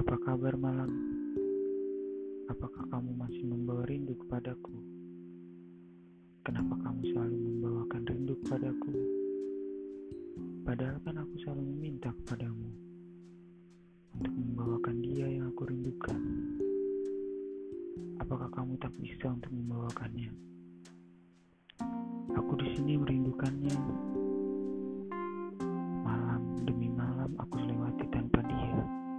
Apa kabar malam? Apakah kamu masih membawa rindu kepadaku? Kenapa kamu selalu membawakan rindu kepadaku? Padahal kan aku selalu meminta kepadamu untuk membawakan dia yang aku rindukan. Apakah kamu tak bisa untuk membawakannya? Aku di sini merindukannya. Malam demi malam aku lewati tanpa dia.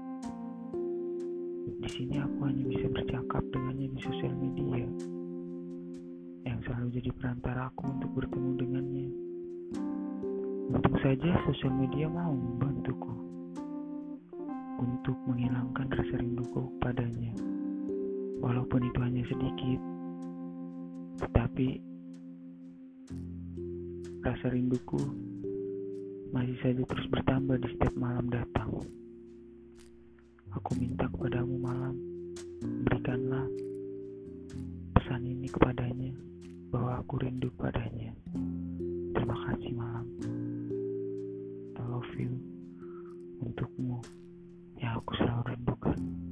Di sini aku hanya bisa bercakap dengannya di sosial media, yang selalu jadi perantara aku untuk bertemu dengannya. Untung saja sosial media mau membantuku untuk menghilangkan rasa rinduku kepadanya. Walaupun itu hanya sedikit, tetapi rasa rinduku masih saja terus bertambah di setiap malam datang. Aku minta kepadamu malam, berikanlah pesan ini kepadanya, bahwa aku rindu padanya. Terima kasih malam. I love you, untukmu yang aku selalu rindukan.